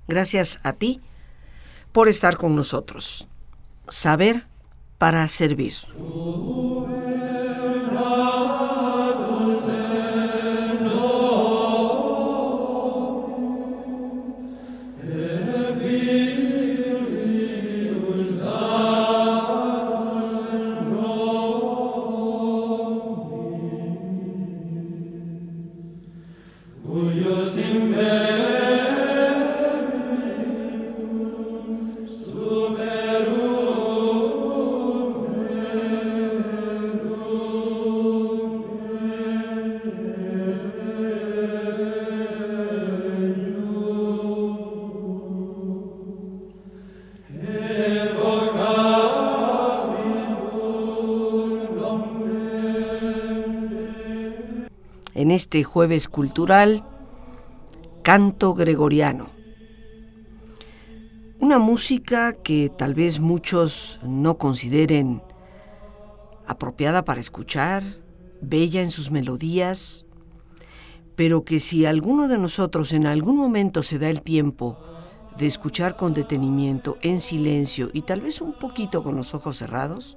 Gracias a ti por estar con nosotros. Saber para servir. En este jueves cultural, canto gregoriano. Una música que tal vez muchos no consideren apropiada para escuchar, bella en sus melodías, pero que si alguno de nosotros en algún momento se da el tiempo de escuchar con detenimiento, en silencio y tal vez un poquito con los ojos cerrados,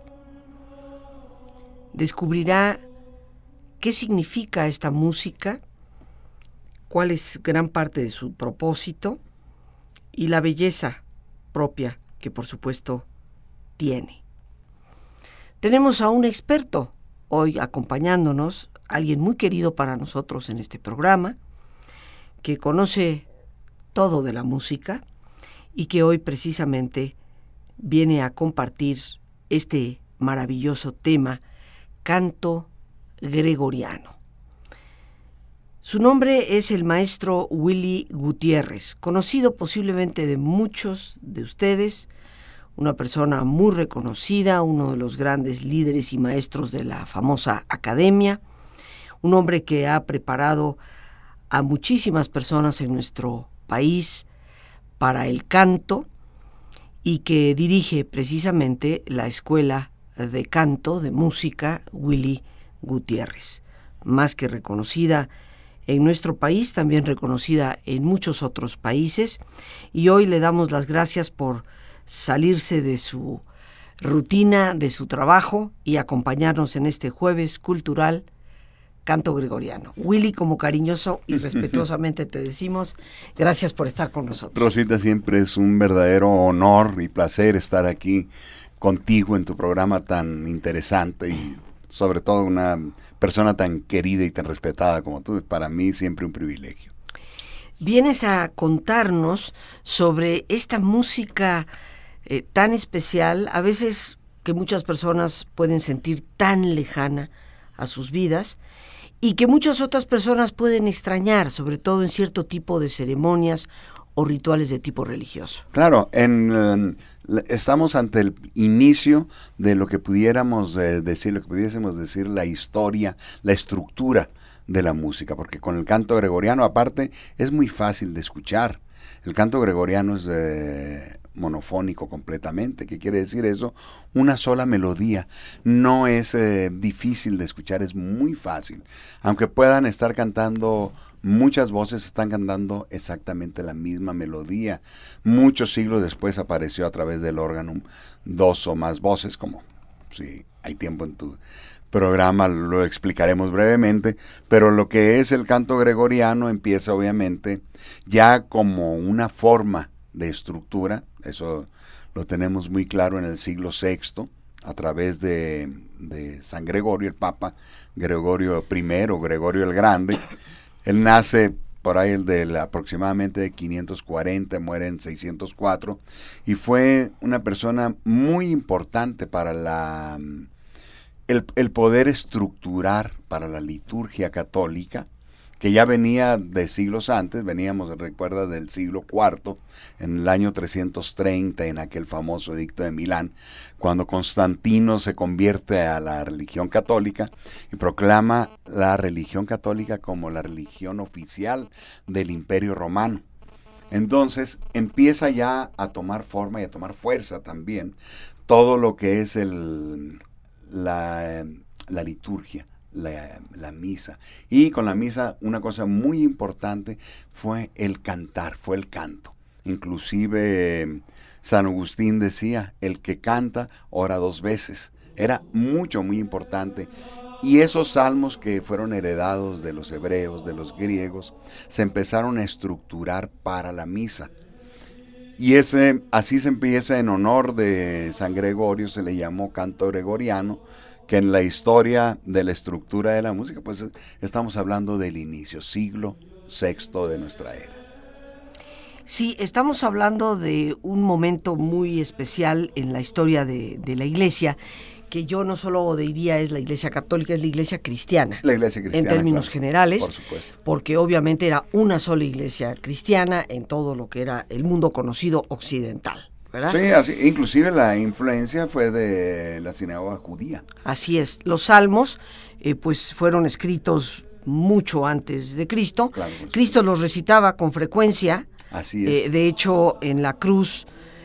descubrirá qué significa esta música, cuál es gran parte de su propósito y la belleza propia que por supuesto tiene. Tenemos a un experto hoy acompañándonos, alguien muy querido para nosotros en este programa, que conoce todo de la música y que hoy precisamente viene a compartir este maravilloso tema, canto gregoriano. Su nombre es el maestro Willy Gutiérrez, conocido posiblemente de muchos de ustedes, una persona muy reconocida, uno de los grandes líderes y maestros de la famosa academia, un hombre que ha preparado a muchísimas personas en nuestro país para el canto y que dirige precisamente la Escuela de Canto, de Música, Willy Gutiérrez, más que reconocida en nuestro país, también reconocida en muchos otros países, y hoy le damos las gracias por salirse de su rutina, de su trabajo y acompañarnos en este jueves cultural canto gregoriano. Willy, como cariñoso y respetuosamente te decimos, gracias por estar con nosotros. Rosita, siempre es un verdadero honor y placer estar aquí contigo en tu programa tan interesante y sobre todo una persona tan querida y tan respetada como tú. Para mí siempre un privilegio. Vienes a contarnos sobre esta música tan especial, a veces que muchas personas pueden sentir tan lejana a sus vidas y que muchas otras personas pueden extrañar, sobre todo en cierto tipo de ceremonias o rituales de tipo religioso. Claro, estamos ante el inicio de lo que pudiésemos decir la historia, la estructura de la música, porque con el canto gregoriano aparte es muy fácil de escuchar. El canto gregoriano es monofónico completamente. ¿Qué quiere decir eso? Una sola melodía. No es difícil de escuchar, es muy fácil. Aunque puedan estar cantando muchas voces, están cantando exactamente la misma melodía. Muchos siglos después apareció a través del órgano dos o más voces, como si hay tiempo en tu programa lo explicaremos brevemente, pero lo que es el canto gregoriano empieza obviamente ya como una forma de estructura. Eso lo tenemos muy claro en el siglo VI, a través de San Gregorio, el Papa Gregorio I, o Gregorio el Grande. Él nace por ahí aproximadamente de 540, muere en 604, y fue una persona muy importante para el poder estructurar para la liturgia católica, que ya venía de siglos antes. Veníamos, recuerda, del siglo IV, en el año 330, en aquel famoso edicto de Milán, cuando Constantino se convierte a la religión católica y proclama la religión católica como la religión oficial del Imperio Romano. Entonces empieza ya a tomar forma y a tomar fuerza también todo lo que es la liturgia, la misa. Y con la misa una cosa muy importante fue el cantar, fue el canto. Inclusive San Agustín decía, el que canta ora 2 veces. Era muy importante. Y esos salmos que fueron heredados de los hebreos, de los griegos, se empezaron a estructurar para la misa. Y así se empieza, en honor de San Gregorio, se le llamó canto gregoriano, que en la historia de la estructura de la música, pues estamos hablando del inicio, siglo VI de nuestra era. Sí, estamos hablando de un momento muy especial en la historia de la Iglesia, que yo no solo diría es la Iglesia católica, es la Iglesia cristiana. La Iglesia cristiana, en términos generales, por supuesto. Porque obviamente era una sola Iglesia cristiana en todo lo que era el mundo conocido occidental, ¿verdad? Sí, así, inclusive la influencia fue de la sinagoga judía. Así es. Los salmos, pues fueron escritos mucho antes de Cristo. Claro, pues, Cristo los recitaba con frecuencia. Así es. De hecho, en la cruz,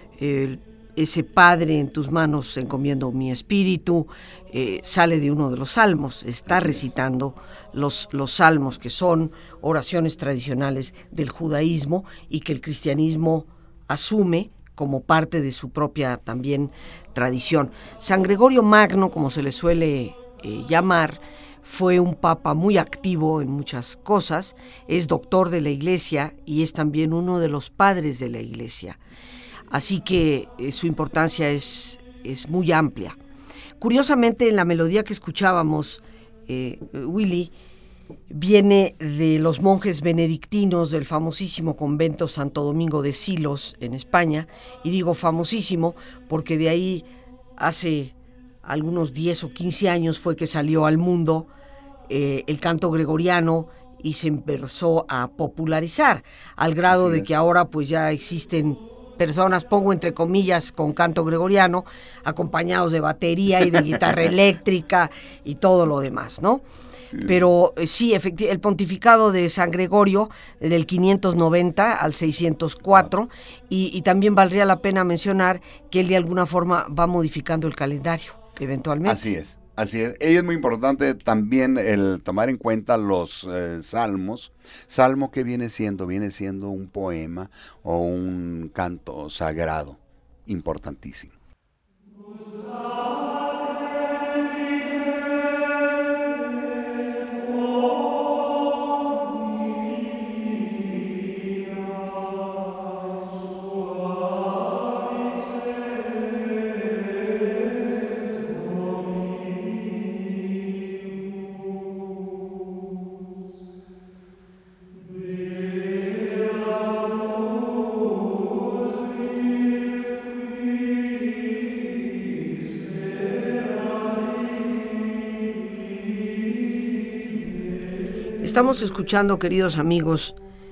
ese Padre, en tus manos encomiendo mi espíritu, sale de uno de los salmos. Está Así recitando los salmos, que son oraciones tradicionales del judaísmo y que el cristianismo asume como parte de su propia también tradición. San Gregorio Magno, como se le suele llamar, fue un papa muy activo en muchas cosas, es doctor de la Iglesia y es también uno de los padres de la Iglesia. Así que su importancia es muy amplia. Curiosamente, en la melodía que escuchábamos, Willy, viene de los monjes benedictinos del famosísimo convento Santo Domingo de Silos, en España, y digo famosísimo porque de ahí hace algunos 10 o 15 años fue que salió al mundo el canto gregoriano y se empezó a popularizar, al grado de que ahora pues ya existen personas, pongo entre comillas, con canto gregoriano, acompañados de batería y de guitarra eléctrica y todo lo demás, ¿no? Sí. Pero sí, el pontificado de San Gregorio, del 590 al 604, y también valdría la pena mencionar que él de alguna forma va modificando el calendario, eventualmente. Así es. Así es. Y es muy importante también el tomar en cuenta los salmos. Salmo que viene siendo un poema o un canto sagrado, importantísimo. Estamos escuchando, queridos amigos,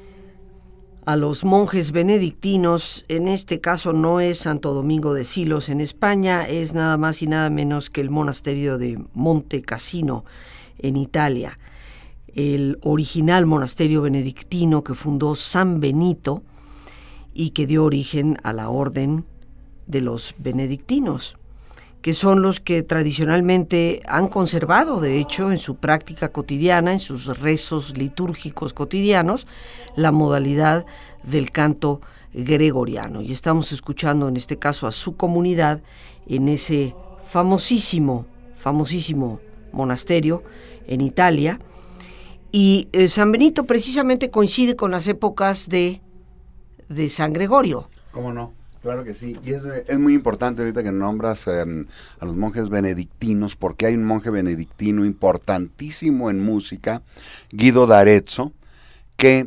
a los monjes benedictinos. En este caso no es Santo Domingo de Silos en España, es nada más y nada menos que el monasterio de Monte Cassino en Italia. El original monasterio benedictino que fundó San Benito y que dio origen a la orden de los benedictinos, que son los que tradicionalmente han conservado, de hecho, en su práctica cotidiana, en sus rezos litúrgicos cotidianos, la modalidad del canto gregoriano. Y estamos escuchando en este caso a su comunidad en ese famosísimo monasterio en Italia. Y San Benito precisamente coincide con las épocas de San Gregorio. ¿Cómo no? Claro que sí, y es muy importante ahorita que nombras a los monjes benedictinos, porque hay un monje benedictino importantísimo en música, Guido d'Arezzo, que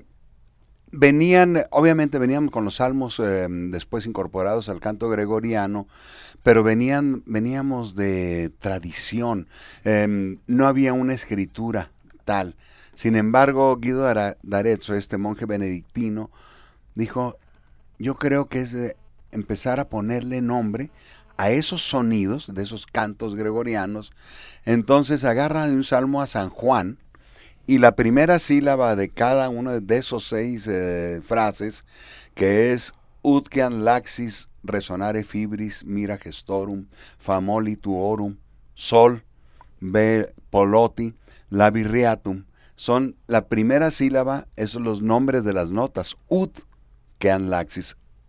obviamente venían con los salmos después incorporados al canto gregoriano, pero veníamos de tradición, no había una escritura tal. Sin embargo, Guido d'Arezzo, este monje benedictino, dijo, yo creo que es empezar a ponerle nombre a esos sonidos de esos cantos gregorianos. Entonces agarra de un salmo a San Juan y la primera sílaba de cada uno de esos 6 frases, que es ut que an laxis resonare fibris mira gestorum famoli tuorum sol be poloti labirriatum, son la primera sílaba, esos son los nombres de las notas, ut que an laxis,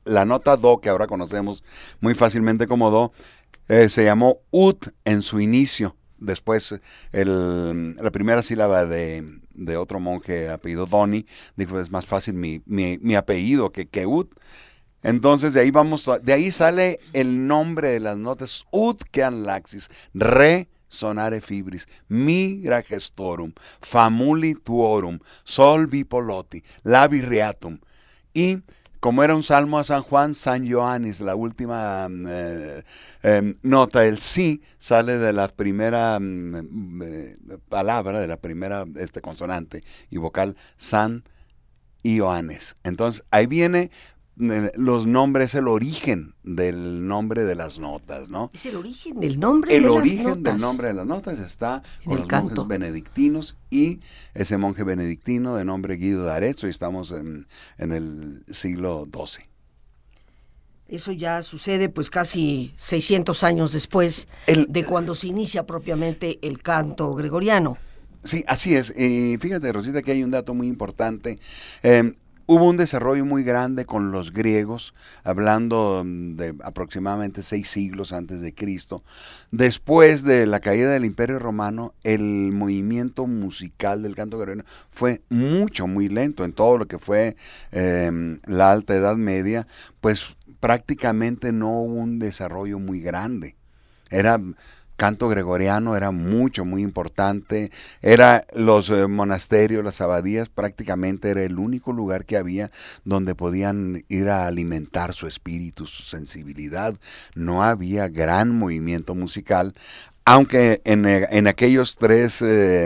la nota do, que ahora conocemos muy fácilmente como do, se llamó ut en su inicio. Después, la primera sílaba de otro monje apellido Doni, dijo, es más fácil mi apellido que ut. Entonces de ahí sale el nombre de las notas, ut quean laxis, re sonare fibris, migra gestorum, famuli tuorum, sol bipoloti, labi reatum. Y como era un salmo a San Juan, San Ioannis, la última nota, el sí, sale de la primera palabra, de la primera consonante y vocal, San Ioannis. Entonces, ahí viene los nombres, el origen del nombre de las notas, ¿no? Es el origen del nombre de las notas. El origen del nombre de las notas está con los monjes benedictinos, y ese monje benedictino de nombre Guido de Arezzo, y estamos en el siglo XII. Eso ya sucede pues casi 600 años después de cuando se inicia propiamente el canto gregoriano. Sí, así es. Y fíjate, Rosita, que hay un dato muy importante. Hubo un desarrollo muy grande con los griegos, hablando de aproximadamente 6 siglos antes de Cristo. Después de la caída del Imperio Romano, el movimiento musical del canto gregoriano fue muy lento. En todo lo que fue la Alta Edad Media, pues prácticamente no hubo un desarrollo muy grande. Canto gregoriano era muy importante, los monasterios, las abadías, prácticamente era el único lugar que había donde podían ir a alimentar su espíritu, su sensibilidad. No había gran movimiento musical, aunque en aquellos tres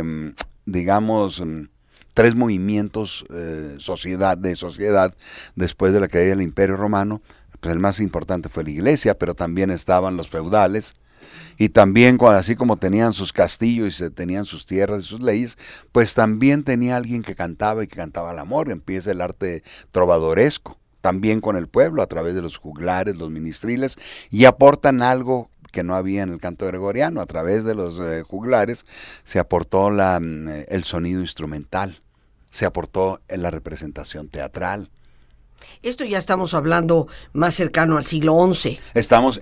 movimientos de sociedad después de la caída del Imperio Romano, pues el más importante fue la iglesia, pero también estaban los feudales. Y también, así como tenían sus castillos y tenían sus tierras y sus leyes, pues también tenía alguien que cantaba el amor. Empieza el arte trovadoresco, también con el pueblo, a través de los juglares, los ministriles, y aportan algo que no había en el canto gregoriano. A través de los juglares se aportó el sonido instrumental, se aportó la representación teatral. Esto ya estamos hablando más cercano al siglo XI. Estamos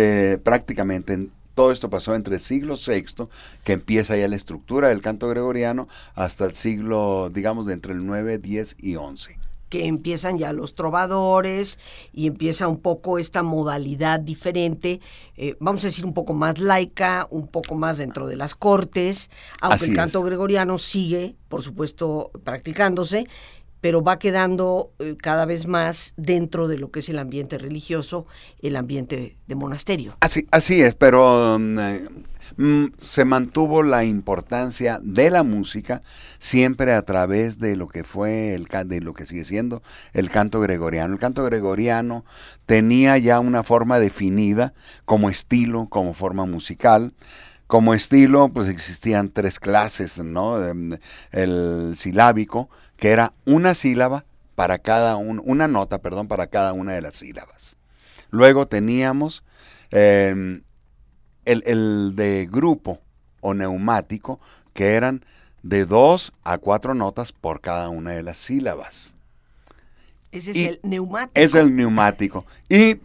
todo esto pasó entre el siglo VI, que empieza ya la estructura del canto gregoriano, hasta el siglo, digamos, de entre el 9, 10 y 11. Que empiezan ya los trovadores y empieza un poco esta modalidad diferente, vamos a decir un poco más laica, un poco más dentro de las cortes, aunque el canto gregoriano sigue, por supuesto, practicándose, pero va quedando cada vez más dentro de lo que es el ambiente religioso, el ambiente de monasterio. Así es, pero se mantuvo la importancia de la música siempre a través de lo que fue de lo que sigue siendo el canto gregoriano. El canto gregoriano tenía ya una forma definida como estilo, como forma musical. Como estilo, pues existían 3 clases, ¿no? El silábico, que era una sílaba para una nota, para cada una de las sílabas. Luego teníamos el de grupo o neumático, que eran de 2 a 4 notas por cada una de las sílabas. Ese es el neumático. Es el neumático. Y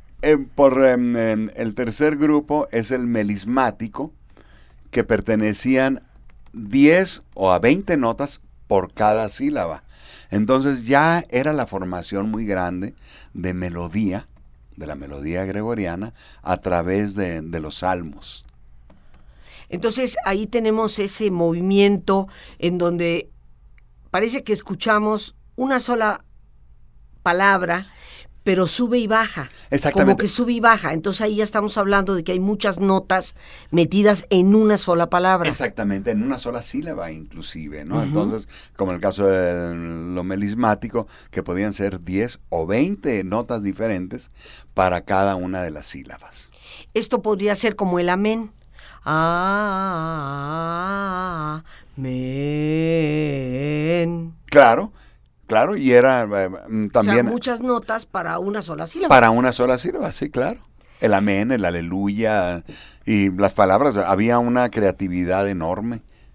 el tercer grupo es el melismático, que pertenecían 10 o a 20 notas por cada sílaba. Entonces ya era la formación muy grande de melodía, de la melodía gregoriana, a través de los salmos. Entonces ahí tenemos ese movimiento en donde parece que escuchamos una sola palabra, pero sube y baja. Exactamente. Como que sube y baja. Entonces ahí ya estamos hablando de que hay muchas notas metidas en una sola palabra. Exactamente, en una sola sílaba inclusive, ¿no? Uh-huh. Entonces, como en el caso de lo melismático, que podían ser 10 o 20 notas diferentes para cada una de las sílabas. Esto podría ser como el amén. Amén. Claro, y era también... O sea, muchas notas para una sola sílaba. Para una sola sílaba, sí, claro. El amén, el aleluya y las palabras, había una creatividad enorme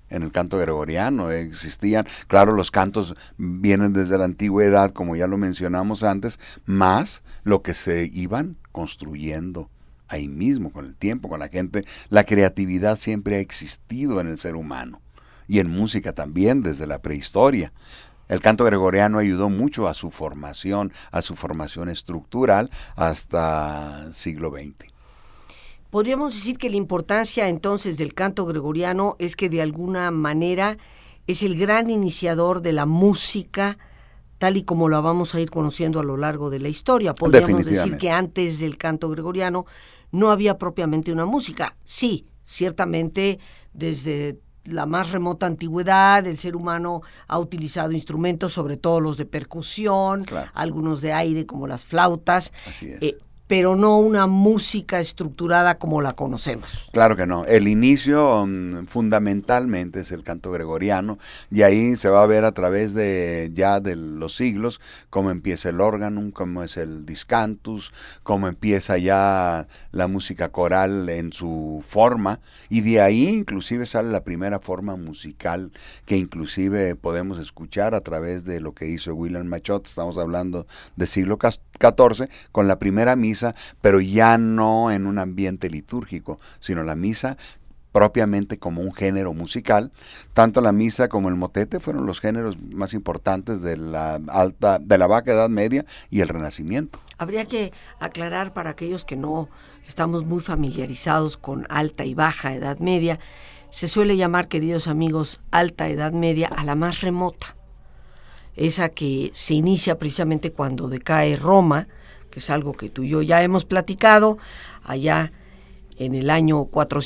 en el canto gregoriano. Existían, claro, los cantos vienen desde la antigüedad, como ya lo mencionamos antes, más lo que se iban construyendo ahí mismo, con el tiempo, con la gente. La creatividad siempre ha existido en el ser humano, y en música también, desde la prehistoria. El canto gregoriano ayudó mucho a su formación estructural hasta siglo XX. Podríamos decir que la importancia entonces del canto gregoriano es que de alguna manera es el gran iniciador de la música tal y como la vamos a ir conociendo a lo largo de la historia. Podríamos decir que antes del canto gregoriano no había propiamente una música. Sí, ciertamente desde la más remota antigüedad el ser humano ha utilizado instrumentos, sobre todo los de percusión, claro, algunos de aire como las flautas. Así es. Pero no una música estructurada como la conocemos. Claro que no. El inicio fundamentalmente es el canto gregoriano, y ahí se va a ver a través de los siglos cómo empieza el órgano, cómo es el discantus, cómo empieza ya la música coral en su forma, y de ahí inclusive sale la primera forma musical que inclusive podemos escuchar a través de lo que hizo Wilhelm Machot. Estamos hablando del siglo XIV, con la primera misa, pero ya no en un ambiente litúrgico, sino la misa propiamente como un género musical. Tanto la misa como el motete fueron los géneros más importantes de la Baja Edad Media y el Renacimiento. Habría que aclarar para aquellos que no estamos muy familiarizados con Alta y Baja Edad Media, se suele llamar, queridos amigos, Alta Edad Media a la más remota, esa que se inicia precisamente cuando decae Roma, que es algo que tú y yo ya hemos platicado, allá en el año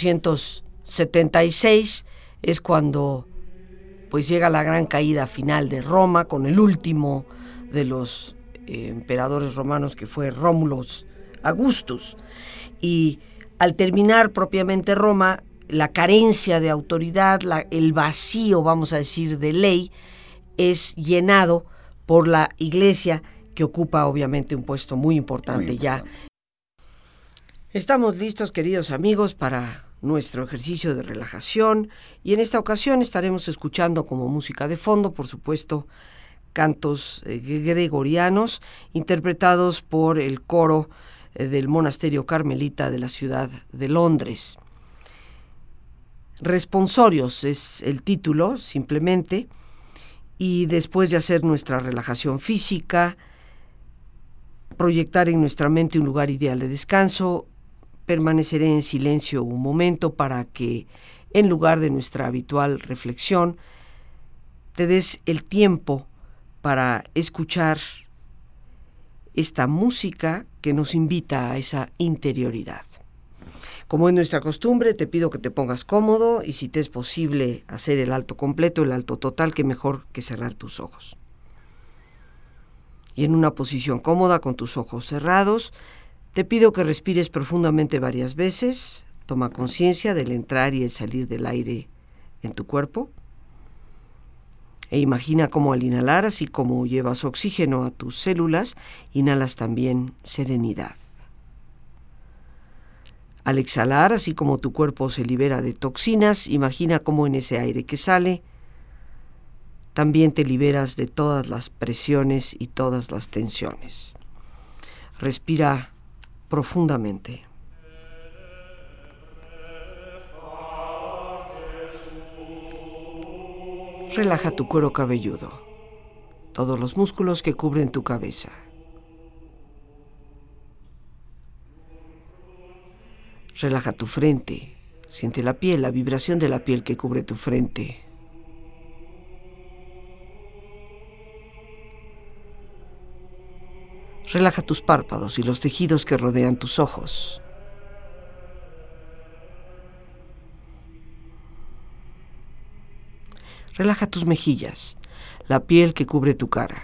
476 es cuando pues llega la gran caída final de Roma, con el último de los emperadores romanos, que fue Rómulus Augustus. Y al terminar propiamente Roma, la carencia de autoridad, el vacío, vamos a decir, de ley, es llenado por la Iglesia, que ocupa obviamente un puesto muy importante ya. Estamos listos, queridos amigos, para nuestro ejercicio de relajación, y en esta ocasión estaremos escuchando como música de fondo, por supuesto, cantos gregorianos interpretados por el coro del Monasterio Carmelita de la ciudad de Londres. Responsorios es el título, simplemente, y después de hacer nuestra relajación física, proyectar en nuestra mente un lugar ideal de descanso, permaneceré en silencio un momento para que, en lugar de nuestra habitual reflexión, te des el tiempo para escuchar esta música que nos invita a esa interioridad. Como es nuestra costumbre, te pido que te pongas cómodo, y si te es posible hacer el alto completo, el alto total, que mejor que cerrar tus ojos. Y en una posición cómoda, con tus ojos cerrados, te pido que respires profundamente varias veces. Toma conciencia del entrar y el salir del aire en tu cuerpo. E imagina cómo al inhalar, así como llevas oxígeno a tus células, inhalas también serenidad. Al exhalar, así como tu cuerpo se libera de toxinas, imagina cómo en ese aire que sale también te liberas de todas las presiones y todas las tensiones. Respira profundamente. Relaja tu cuero cabelludo, todos los músculos que cubren tu cabeza. Relaja tu frente, siente la piel, la vibración de la piel que cubre tu frente. Relaja tus párpados y los tejidos que rodean tus ojos. Relaja tus mejillas, la piel que cubre tu cara.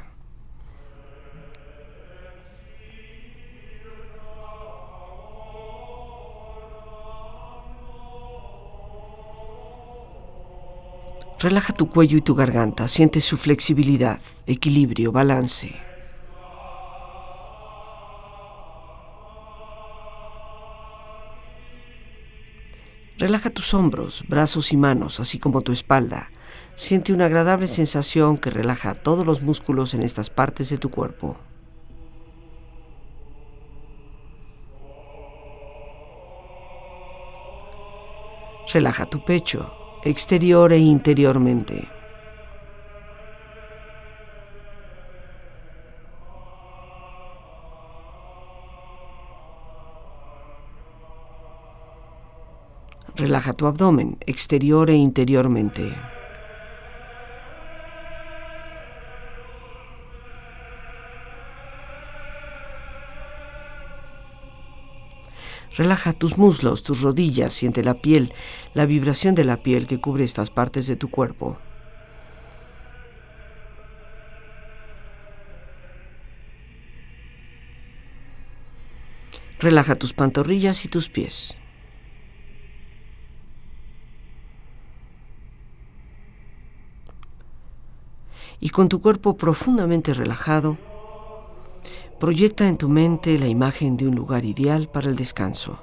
Relaja tu cuello y tu garganta, siente su flexibilidad, equilibrio, balance. Relaja tus hombros, brazos y manos, así como tu espalda. Siente una agradable sensación que relaja todos los músculos en estas partes de tu cuerpo. Relaja tu pecho, exterior e interiormente. Relaja tu abdomen, exterior e interiormente. Relaja tus muslos, tus rodillas, siente la piel, la vibración de la piel que cubre estas partes de tu cuerpo. Relaja tus pantorrillas y tus pies. Y con tu cuerpo profundamente relajado, proyecta en tu mente la imagen de un lugar ideal para el descanso.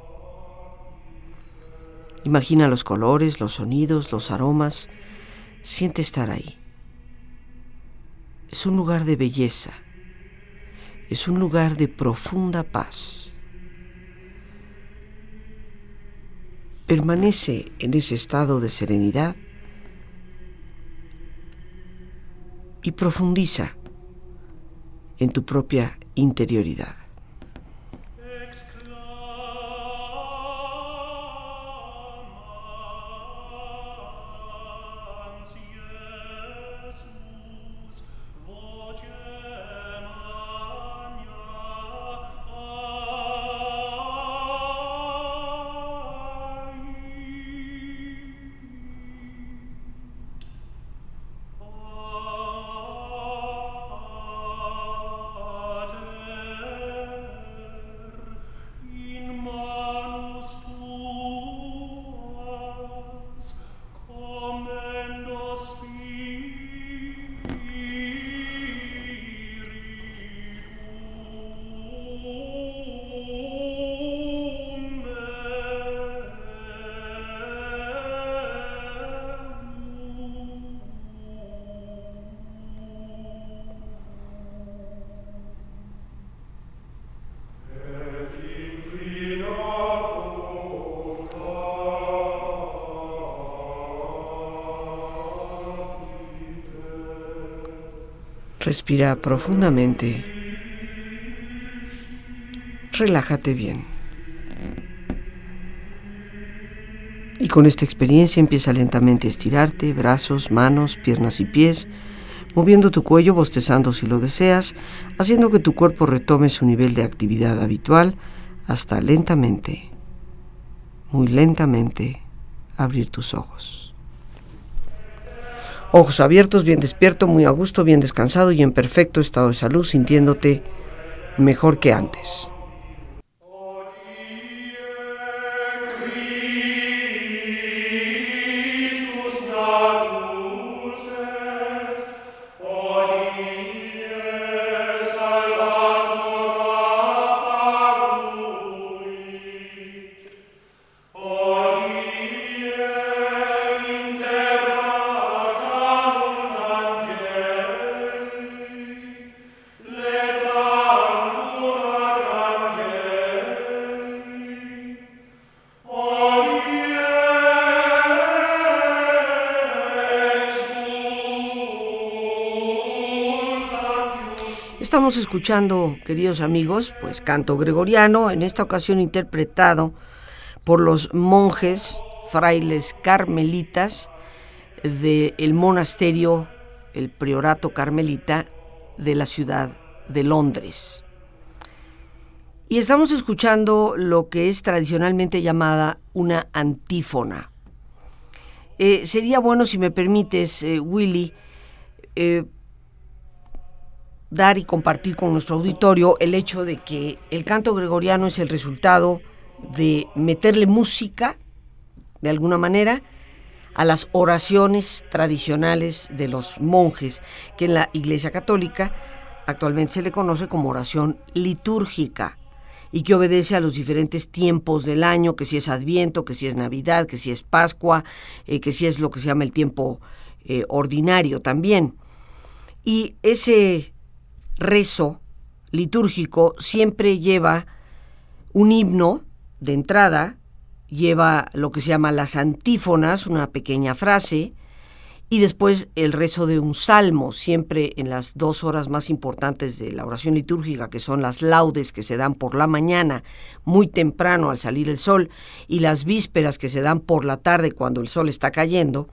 Imagina los colores, los sonidos, los aromas. Siente estar ahí. Es un lugar de belleza. Es un lugar de profunda paz. Permanece en ese estado de serenidad y profundiza en tu propia interioridad. Respira profundamente. Relájate bien. Y con esta experiencia empieza lentamente a estirarte, brazos, manos, piernas y pies, moviendo tu cuello, bostezando si lo deseas, haciendo que tu cuerpo retome su nivel de actividad habitual hasta lentamente, muy lentamente, abrir tus ojos. Ojos abiertos, bien despierto, muy a gusto, bien descansado y en perfecto estado de salud, sintiéndote mejor que antes. Estamos escuchando, queridos amigos, pues canto gregoriano, en esta ocasión interpretado por los monjes, frailes carmelitas del monasterio, el priorato carmelita de la ciudad de Londres. Y estamos escuchando lo que es tradicionalmente llamada una antífona. Sería bueno, si me permites, Willy, dar y compartir con nuestro auditorio el hecho de que el canto gregoriano es el resultado de meterle música, de alguna manera, a las oraciones tradicionales de los monjes, que en la Iglesia Católica actualmente se le conoce como oración litúrgica. y que obedece a los diferentes tiempos del año, que si es Adviento, que si es Navidad, que si es Pascua, que si es lo que se llama el tiempo ordinario también. Y ese rezo litúrgico siempre lleva un himno de entrada, lleva lo que se llama las antífonas, una pequeña frase, y después el rezo de un salmo, siempre en las 2 horas más importantes de la oración litúrgica, que son las laudes que se dan por la mañana, muy temprano al salir el sol, y las vísperas que se dan por la tarde cuando el sol está cayendo.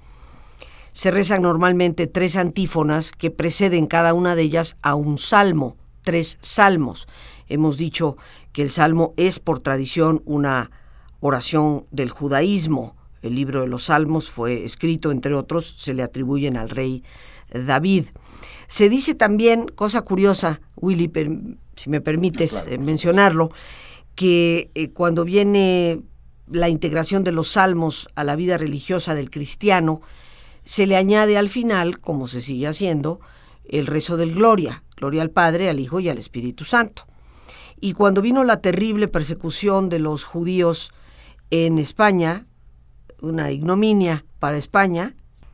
Se rezan normalmente 3 antífonas que preceden cada una de ellas a un salmo, 3 salmos. Hemos dicho que el salmo es por tradición una oración del judaísmo. El libro de los Salmos fue escrito, entre otros, se le atribuyen al rey David. Se dice también, cosa curiosa, Willy, si me permites mencionarlo, que cuando viene la integración de los salmos a la vida religiosa del cristiano, se le añade al final, como se sigue haciendo, el rezo del Gloria, Gloria al Padre, al Hijo y al Espíritu Santo. Y cuando vino la terrible persecución de los judíos en España, una ignominia para España,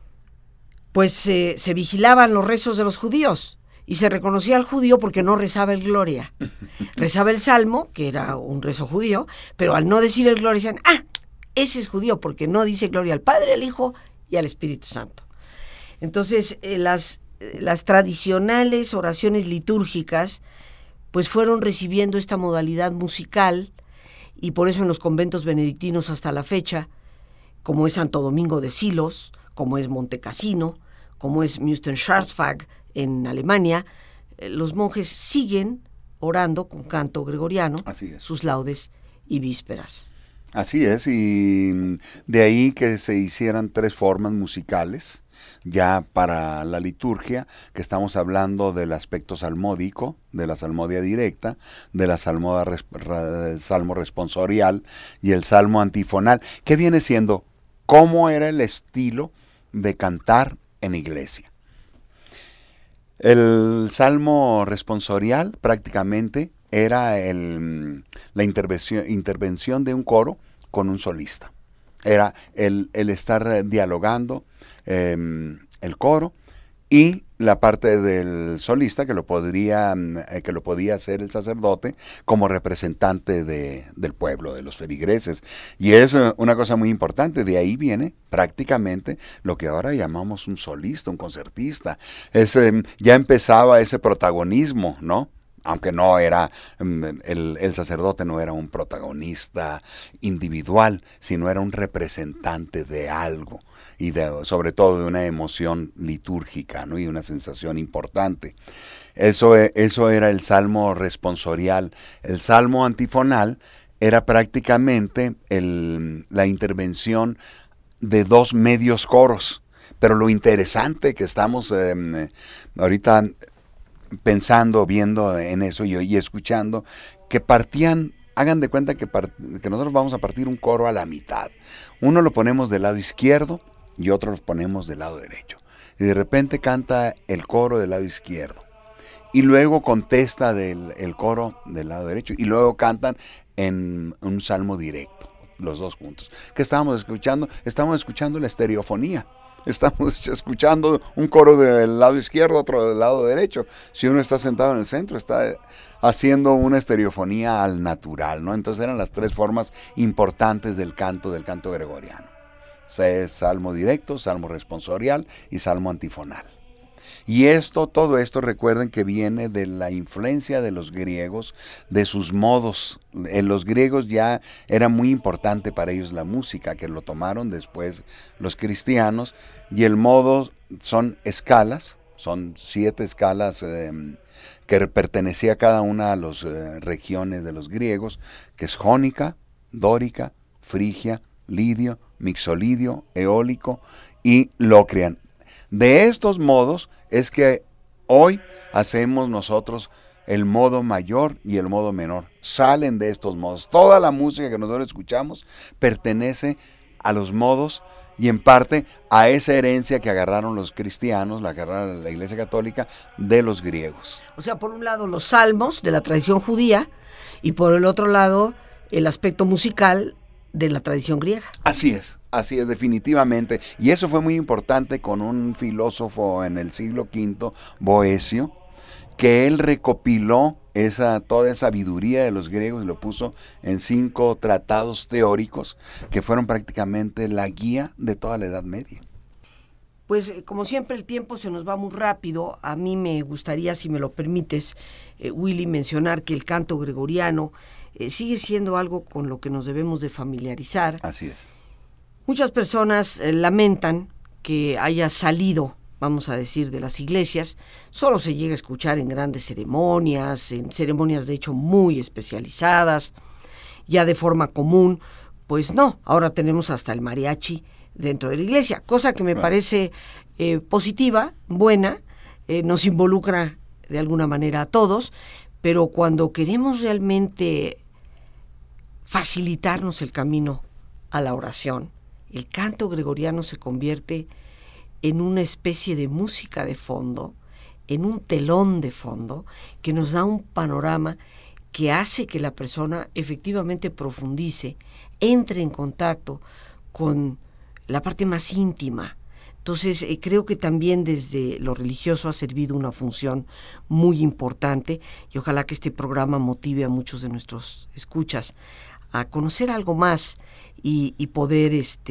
pues se vigilaban los rezos de los judíos y se reconocía al judío porque no rezaba el Gloria. Rezaba el Salmo, que era un rezo judío, pero al no decir el Gloria decían, ese es judío porque no dice Gloria al Padre, al Hijo y al Espíritu Santo. Entonces, las tradicionales oraciones litúrgicas pues fueron recibiendo esta modalidad musical, y por eso en los conventos benedictinos hasta la fecha, como es Santo Domingo de Silos, como es Montecassino, como es Münster-Schwarzbach en Alemania, los monjes siguen orando con canto gregoriano sus laudes y vísperas. Así es, y de ahí que se hicieran 3 formas musicales ya para la liturgia, que estamos hablando del aspecto salmódico, de la salmodia directa, de la salmo responsorial y el salmo antifonal, que viene siendo cómo era el estilo de cantar en iglesia. El salmo responsorial prácticamente era la intervención de un coro con un solista. Era el estar dialogando el coro y la parte del solista que lo podía hacer el sacerdote como representante del pueblo, de los feligreses. Y es una cosa muy importante, de ahí viene prácticamente lo que ahora llamamos un solista, un concertista. Ya empezaba ese protagonismo, ¿no? Aunque no era, el sacerdote no era un protagonista individual, sino era un representante de algo, y sobre todo de una emoción litúrgica, ¿no? Y una sensación importante. Eso era el salmo responsorial. El salmo antifonal era prácticamente la intervención de 2 medios coros. Pero lo interesante que estamos ahorita pensando, viendo en eso y escuchando, que partían, hagan de cuenta que nosotros vamos a partir un coro a la mitad. Uno lo ponemos del lado izquierdo y otro lo ponemos del lado derecho. Y de repente canta el coro del lado izquierdo. Y luego contesta el coro del lado derecho. Y luego cantan en un salmo directo, los 2 juntos. ¿Qué estábamos escuchando? Estamos escuchando la estereofonía. Estamos escuchando un coro del lado izquierdo, otro del lado derecho. Si uno está sentado en el centro, está haciendo una estereofonía al natural, ¿no? Entonces eran las 3 formas importantes del canto gregoriano. Salmo directo, salmo responsorial y salmo antifonal. Y todo esto recuerden que viene de la influencia de los griegos, de sus modos. Los griegos ya era muy importante para ellos la música, que lo tomaron después los cristianos, y el modo son escalas, son 7 escalas que pertenecía a cada una de las regiones de los griegos, que es jónica, dórica, frigia, lidio, mixolidio, eólico y locrian. De estos modos es que hoy hacemos nosotros el modo mayor y el modo menor. Salen de estos modos. Toda la música que nosotros escuchamos pertenece a los modos y en parte a esa herencia que agarraron los cristianos, la agarraron la Iglesia Católica de los griegos. O sea, por un lado los salmos de la tradición judía y por el otro lado el aspecto musical de la tradición griega. Así es definitivamente. Y eso fue muy importante con un filósofo en el siglo V, Boecio, que él recopiló toda esa sabiduría de los griegos y lo puso en 5 tratados teóricos que fueron prácticamente la guía de toda la Edad Media. Pues como siempre el tiempo se nos va muy rápido. A mí me gustaría, si me lo permites, Willy, mencionar que el canto gregoriano sigue siendo algo con lo que nos debemos de familiarizar. Así es. Muchas personas lamentan que haya salido, vamos a decir, de las iglesias. Solo se llega a escuchar en grandes ceremonias, en ceremonias de hecho muy especializadas, ya de forma común. Pues no, ahora tenemos hasta el mariachi dentro de la iglesia, cosa que me parece positiva, buena, nos involucra de alguna manera a todos, pero cuando queremos realmente facilitarnos el camino a la oración, el canto gregoriano se convierte en una especie de música de fondo, en un telón de fondo que nos da un panorama que hace que la persona efectivamente profundice, entre en contacto con la parte más íntima. Entonces, creo que también desde lo religioso ha servido una función muy importante y ojalá que este programa motive a muchos de nuestros escuchas a conocer algo más y poder,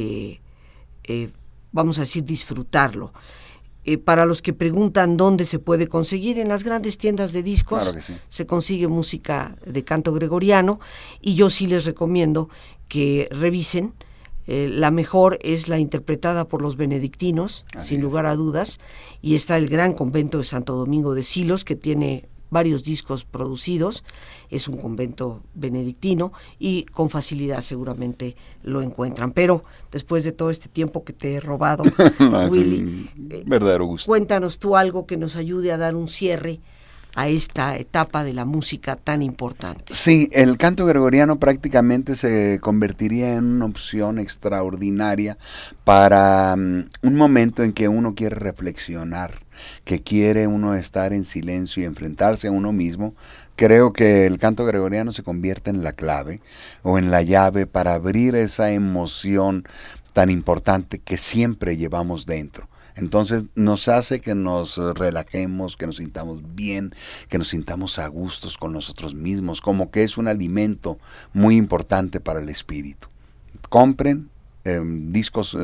vamos a decir, disfrutarlo. Para los que preguntan dónde se puede conseguir, en las grandes tiendas de discos claro que sí. Se consigue música de canto gregoriano y yo sí les recomiendo que revisen. La mejor es la interpretada por los benedictinos, sin lugar a dudas, y está el gran convento de Santo Domingo de Silos, que tiene varios discos producidos, es un convento benedictino y con facilidad seguramente lo encuentran. Pero después de todo este tiempo que te he robado, Willy, verdadero gusto. Cuéntanos tú algo que nos ayude a dar un cierre a esta etapa de la música tan importante. Sí, el canto gregoriano prácticamente se convertiría en una opción extraordinaria para un momento en que uno quiere reflexionar, que quiere uno estar en silencio y enfrentarse a uno mismo. Creo que el canto gregoriano se convierte en la clave o en la llave para abrir esa emoción tan importante que siempre llevamos dentro. Entonces nos hace que nos relajemos, que nos sintamos bien, que nos sintamos a gustos con nosotros mismos, como que es un alimento muy importante para el espíritu. Compren discos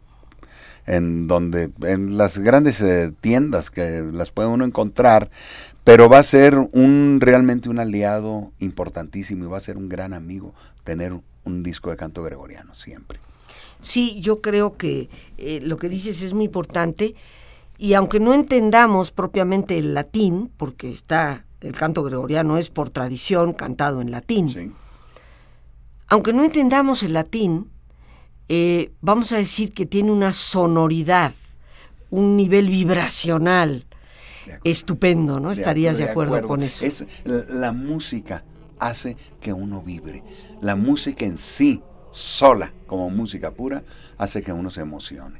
en las grandes tiendas que las puede uno encontrar, pero va a ser realmente un aliado importantísimo y va a ser un gran amigo tener un disco de canto gregoriano siempre. Sí, yo creo que lo que dices es muy importante y aunque no entendamos propiamente el latín, porque el canto gregoriano es por tradición cantado en latín, sí. Aunque no entendamos el latín, vamos a decir que tiene una sonoridad, un nivel vibracional estupendo, ¿no? ¿Estarías de acuerdo con eso? La música hace que uno vibre, la música en sí, sola, como música pura, hace que uno se emocione.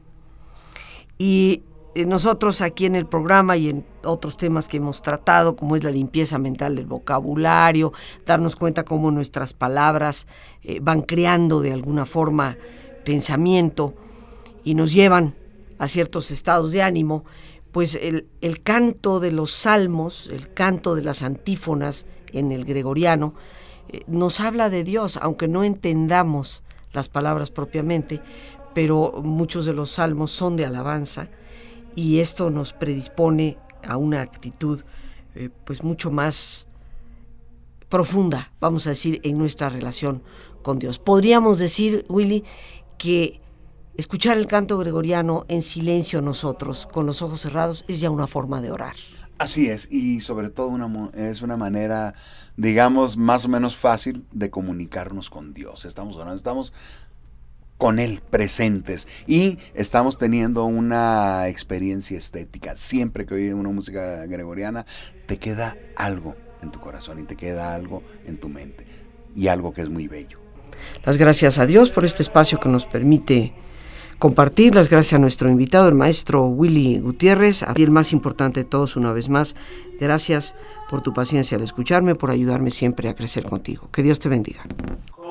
Y nosotros aquí en el programa y en otros temas que hemos tratado, como es la limpieza mental del vocabulario, darnos cuenta cómo nuestras palabras van creando de alguna forma pensamiento y nos llevan a ciertos estados de ánimo, pues el canto de los salmos, el canto de las antífonas en el gregoriano, nos habla de Dios, aunque no entendamos las palabras propiamente, pero muchos de los salmos son de alabanza y esto nos predispone a una actitud pues mucho más profunda, vamos a decir, en nuestra relación con Dios. Podríamos decir, Willy, que escuchar el canto gregoriano en silencio nosotros, con los ojos cerrados, es ya una forma de orar. Así es, y sobre todo es una manera, digamos, más o menos fácil de comunicarnos con Dios. Estamos orando, estamos con Él presentes y estamos teniendo una experiencia estética. Siempre que oyes una música gregoriana, te queda algo en tu corazón y te queda algo en tu mente y algo que es muy bello. Las gracias a Dios por este espacio que nos permite compartirlas, gracias a nuestro invitado, el maestro Willy Gutiérrez, y el más importante de todos, una vez más, gracias por tu paciencia al escucharme, por ayudarme siempre a crecer contigo. Que Dios te bendiga.